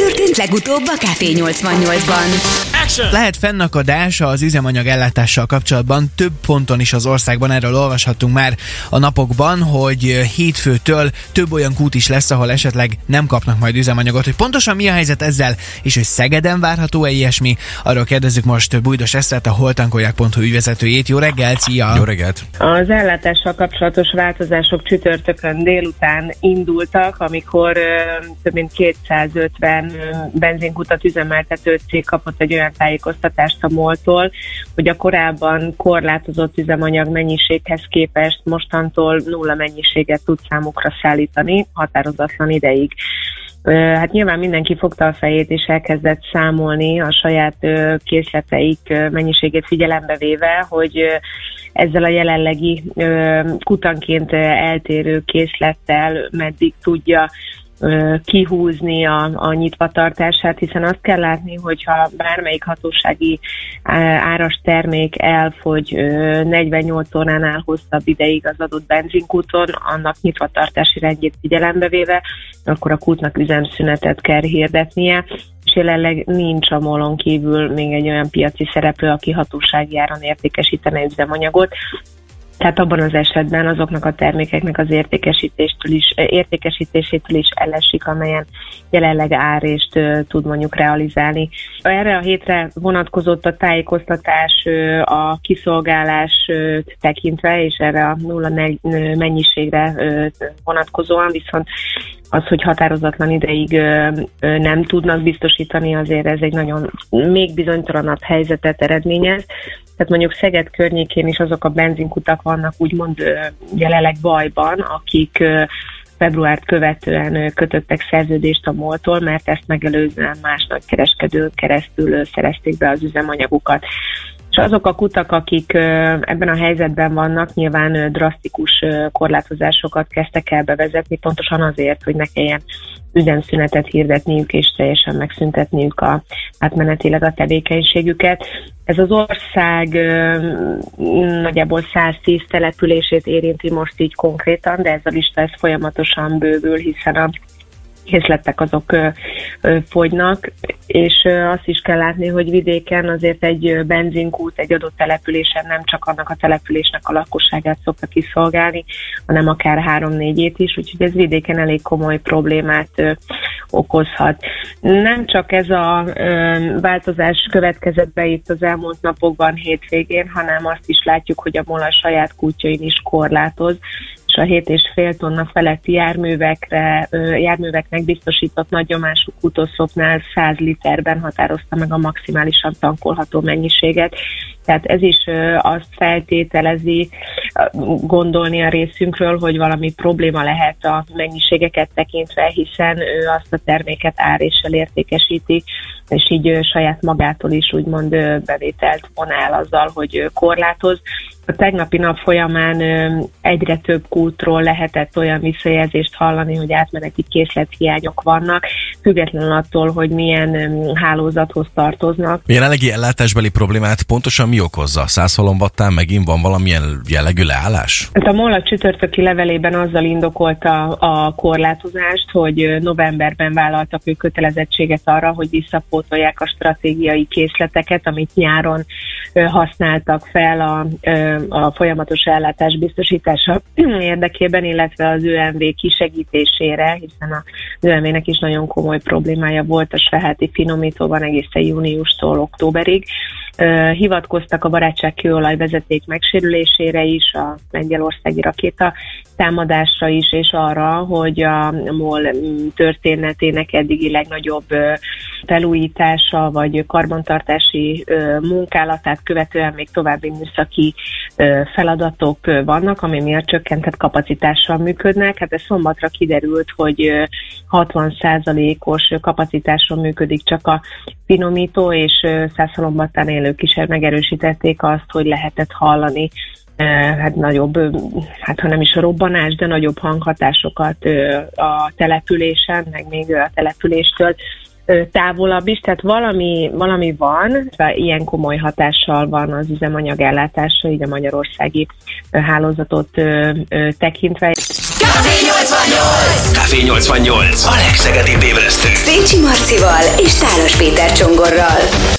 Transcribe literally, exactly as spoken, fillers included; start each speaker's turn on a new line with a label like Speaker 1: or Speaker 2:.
Speaker 1: történt legutóbb a Café nyolcvannyolcban?
Speaker 2: Lehet fennakadás az üzemanyag ellátással kapcsolatban több ponton is az országban, erről olvashattunk már a napokban, hogy hétfőtől több olyan kút is lesz, ahol esetleg nem kapnak majd üzemanyagot. Hogy pontosan mi a helyzet ezzel, és hogy Szegeden várható-e ilyesmi, arról kérdezzük most Bújdos Esztert, a holtankolyák pont hu ügyvezetőjét. Jó reggelt, szia!
Speaker 3: Jó reggelt!
Speaker 4: Az ellátással kapcsolatos változások csütörtökön délután indultak, amikor ö, több mint kétszázötven ö, benzinkutat üzemeltető cég kapott egy olyan tájékoztatást a MOL-tól, hogy a korábban korlátozott üzemanyag mennyiséghez képest mostantól nulla mennyiséget tud számukra szállítani határozatlan ideig. Hát nyilván mindenki fogta a fejét és elkezdett számolni a saját készleteik mennyiségét figyelembe véve, hogy ezzel a jelenlegi kutanként eltérő készlettel meddig tudja kihúzni a, a nyitvatartását, hiszen azt kell látni, hogyha bármelyik hatósági áras termék elfogy negyvennyolc óránál hosszabb ideig az adott benzinkúton, annak nyitvatartási rendjét figyelembe véve, akkor a kútnak üzemszünetet kell hirdetnie, és jelenleg nincs a MOL-on kívül még egy olyan piaci szereplő, aki hatósági áron értékesítene üzemanyagot. Tehát abban az esetben azoknak a termékeknek az értékesítéstől is, értékesítésétől is elesik, amelyen jelenleg árést uh, tud mondjuk realizálni. Erre a hétre vonatkozott a tájékoztatás uh, a kiszolgálás uh, tekintve, és erre a nulla mennyiségre uh, vonatkozóan, viszont az, hogy határozatlan ideig ö, ö, nem tudnak biztosítani, azért ez egy nagyon még bizonytalanabb helyzetet eredményez. Tehát mondjuk Szeged környékén is azok a benzinkutak vannak úgymond ö, jelenleg bajban, akik ö, februárt követően ö, kötöttek szerződést a MOL-tól, mert ezt megelőzően más nagykereskedőn keresztül ö, szerezték be az üzemanyagukat. És azok a kutak, akik ebben a helyzetben vannak, nyilván drasztikus korlátozásokat kezdtek el bevezetni, pontosan azért, hogy ne kelljen üzemszünetet hirdetniük és teljesen megszüntetniük a, átmenetileg a tevékenységüket. Ez az ország nagyjából száztíz települését érinti most így konkrétan, de ez a lista ez folyamatosan bővül, hiszen a készletek azok ö, ö, fogynak, és ö, azt is kell látni, hogy vidéken azért egy benzinkút egy adott településen nem csak annak a településnek a lakosságát szokta kiszolgálni, hanem akár három-négyét is, úgyhogy ez vidéken elég komoly problémát ö, okozhat. Nem csak ez a ö, változás következett be itt az elmúlt napokban hétvégén, hanem azt is látjuk, hogy a MOL a saját kútjain is korlátoz, és a hét és fél tonna feletti járművekre, járműveknek biztosított nagynyomású kútoszlopnál száz literben határozta meg a maximálisan tankolható mennyiséget. Tehát ez is azt feltételezi gondolni a részünkről, hogy valami probléma lehet a mennyiségeket tekintve, hiszen ő azt a terméket áréssel értékesíti, és így saját magától is úgymond bevételt von el azzal, hogy korlátoz. A tegnapi nap folyamán egyre több kútról lehetett olyan visszajelzést hallani, hogy átmeneti készlethiányok vannak, függetlenül attól, hogy milyen hálózathoz tartoznak.
Speaker 3: A jelenlegi ellátásbeli problémát pontosan mi okozza? Százhalombattán megint van valamilyen jellegű leállás?
Speaker 4: A MOL a csütörtöki levelében azzal indokolta a korlátozást, hogy novemberben vállaltak ők kötelezettséget arra, hogy visszapótolják a stratégiai készleteket, amit nyáron használtak fel a a folyamatos ellátás biztosítása érdekében, illetve az ö em vé kisegítésére, hiszen az ö em vének is nagyon komoly problémája volt a Svehelti finomítóban egészen júniustól októberig. Hivatkoztak a barátságkőolaj vezeték megsérülésére is, a lengyelországi rakéta támadásra is, és arra, hogy a MOL történetének eddigi legnagyobb felújítása vagy karbantartási munkálatát követően még további műszaki feladatok vannak, ami miatt csökkentett kapacitással működnek. Hát ez szombatra kiderült, hogy hatvan százalékos kapacitáson működik csak a finomító, és Százhalombattán élők is megerősítették azt, hogy lehetett hallani hát nagyobb, hát ha nem is a robbanás, de nagyobb hanghatásokat a településen, meg még a településtől távolabb is, tehát valami, valami van, ilyen komoly hatással van az üzemanyag ellátása, így a magyarországi hálózatot tekintve.
Speaker 5: Café nyolcvannyolc! Café nyolcvannyolc! A legszegedibb ébresztő!
Speaker 1: Szécsi Marci Lócival és Tálas Péter Csongorral.